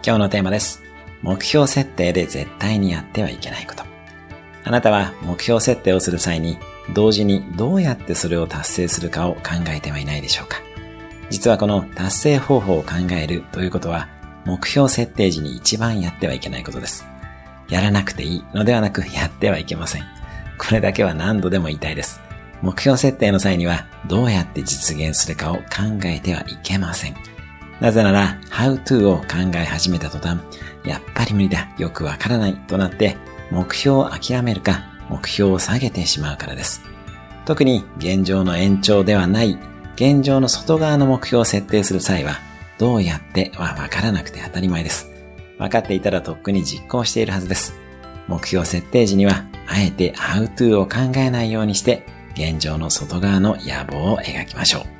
今日のテーマです。目標設定で絶対にやってはいけないこと。あなたは目標設定をする際に、同時にどうやってそれを達成するかを考えてはいないでしょうか。実はこの達成方法を考えるということは、目標設定時に一番やってはいけないことです。やらなくていいのではなく、やってはいけません。これだけは何度でも言いたいです。目標設定の際には、どうやって実現するかを考えてはいけません。なぜなら、How to を考え始めた途端、やっぱり無理だ、よくわからないとなって、目標を諦めるか、目標を下げてしまうからです。特に現状の延長ではない、現状の外側の目標を設定する際は、どうやってはわからなくて当たり前です。分かっていたらとっくに実行しているはずです。目標設定時には、あえて How to を考えないようにして、現状の外側の野望を描きましょう。